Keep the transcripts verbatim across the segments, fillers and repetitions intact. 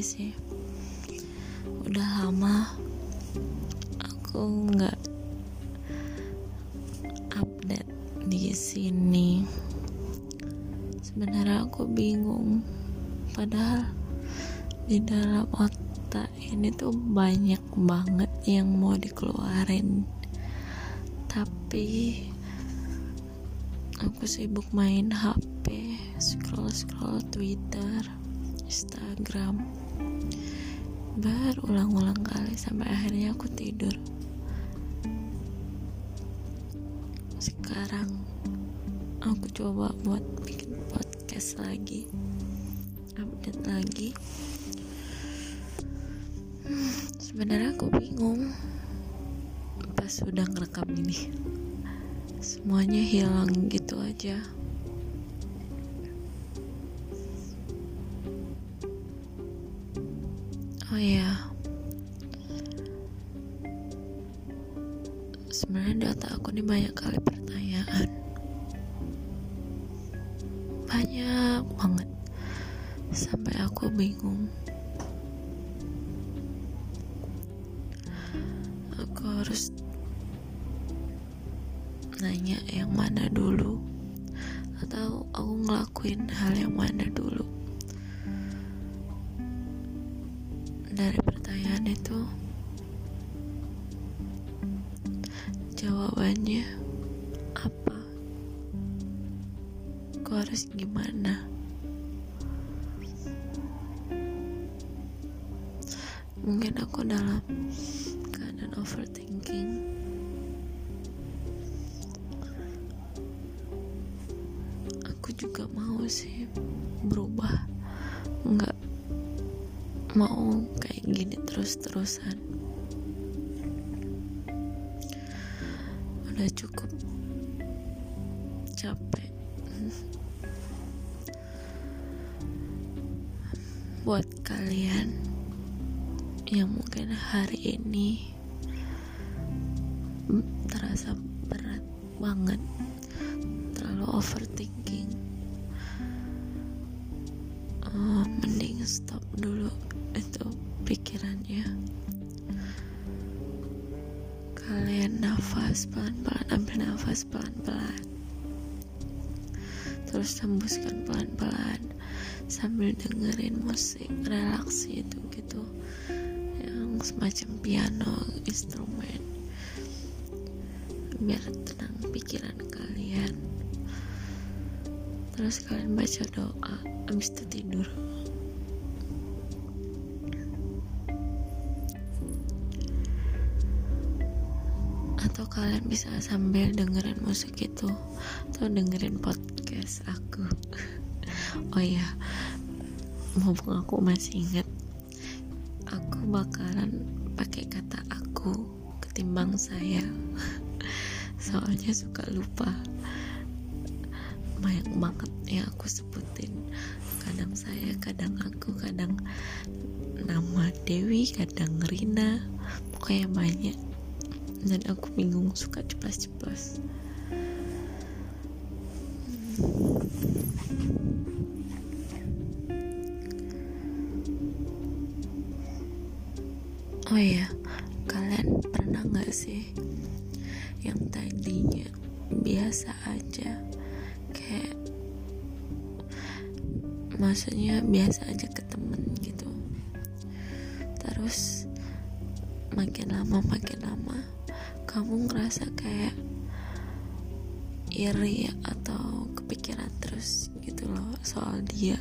sih, udah lama aku nggak update di sini. Sebenarnya aku bingung, padahal di dalam otak ini tuh banyak banget yang mau dikeluarin, tapi aku sibuk main H P, scroll-scroll Twitter, Instagram, berulang-ulang kali sampai akhirnya aku tidur. Sekarang aku coba buat bikin podcast lagi, update lagi. hmm, Sebenarnya aku bingung pas sudah ngerekam ini, semuanya hilang gitu aja. Oh iya, sebenarnya di otak aku nih banyak kali pertanyaan, banyak banget, sampai aku bingung. Aku harus nanya yang mana dulu, atau aku ngelakuin hal yang mana dulu. Dari pertanyaan itu, jawabannya apa? Aku harus gimana? Mungkin aku dalam keadaan overthinking. Aku juga mau sih berubah, nggak mau kayak gini terus-terusan. Udah cukup capek. Buat kalian yang mungkin hari ini terasa berat banget, terlalu overthinking, uh, mending stop dulu itu pikirannya. Kalian nafas pelan-pelan, ambil nafas pelan-pelan, terus hembuskan pelan-pelan sambil dengerin musik relaksi itu gitu, yang semacam piano, instrumen, biar tenang pikiran kalian. Terus kalian baca doa, habis itu tidur. Atau kalian bisa sambil dengerin musik itu, atau dengerin podcast aku. Oh iya, mumpung aku masih ingat, aku bakalan pakai kata aku ketimbang saya. Soalnya suka lupa, banyak banget yang aku sebutin. Kadang saya, kadang aku, kadang nama Dewi, kadang Rina, pokoknya banyak. Dan aku bingung, suka ceplas-ceplas. Oh iya, kalian pernah gak sih yang tadinya biasa aja, kayak maksudnya biasa aja ke temen gitu, terus makin lama makin lama kamu ngerasa kayak iri atau kepikiran terus gitu loh soal dia.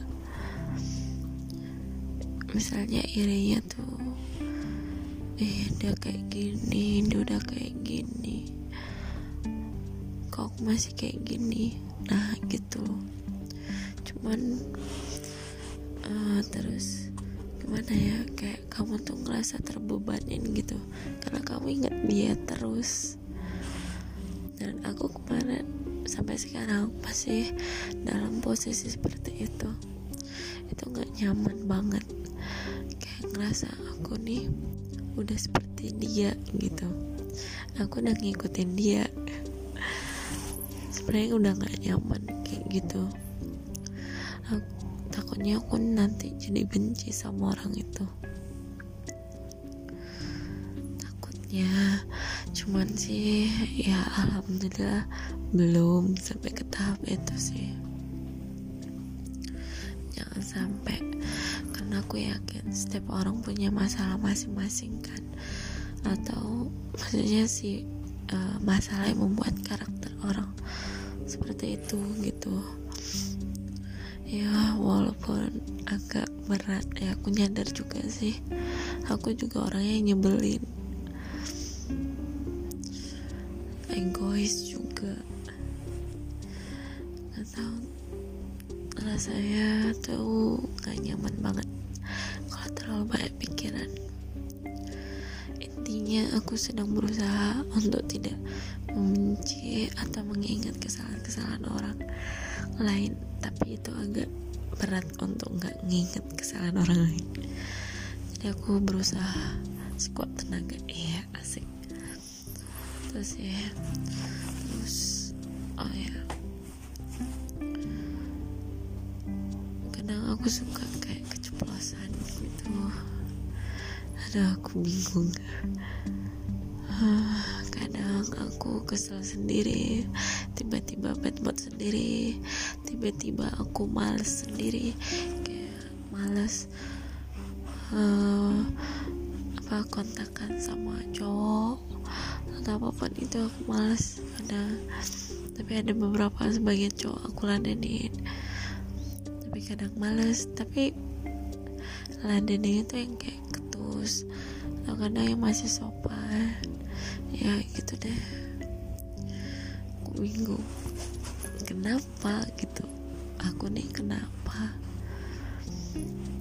Misalnya irinya tuh, eh dia kayak gini, dia udah kayak gini, kok aku masih kayak gini. Nah gitu. Cuman uh, terus gimana ya, kayak kamu tuh ngerasa terbebanin gitu karena kamu ingat dia terus. Dan aku kemarin sampai sekarang masih dalam posisi seperti itu. Itu gak nyaman banget, kayak ngerasa aku nih udah seperti dia gitu, aku udah ngikutin dia. Sebenarnya udah gak nyaman kayak gitu. Aku, takutnya aku nanti jadi benci sama orang itu. Takutnya. Cuman sih ya alhamdulillah belum sampai ke tahap itu sih. Jangan sampai, karena aku yakin setiap orang punya masalah masing-masing kan, atau maksudnya sih uh, masalah yang membuat karakter orang seperti itu gitu. Ya walaupun agak berat ya, aku nyadar juga sih aku juga orangnya yang nyebelin, egois juga. Gak tahu, rasanya tuh gak nyaman banget kalau terlalu banyak pikiran. Intinya aku sedang berusaha untuk tidak membenci atau mengingat kesalahan-kesalahan orang lain, tapi itu agak berat untuk gak nginget kesalahan orang lain. Jadi aku berusaha sekuat tenaga. Iya, asik. Terus ya terus oh ya kadang aku suka kayak keceplosan gitu. Aduh, aku bingung. Kadang aku kesel sendiri, tiba-tiba bad mood sendiri, tiba-tiba aku malas sendiri, kayak malas uh, apa kontakan sama cowok atau apapun itu, aku malas. Ada tapi ada beberapa sebagian cowok aku ladenin, tapi kadang malas. Tapi ladenin itu yang kayak ketus, atau kadang yang masih sopan, ya gitu deh. Aku bingung kenapa gitu, aku nih kenapa.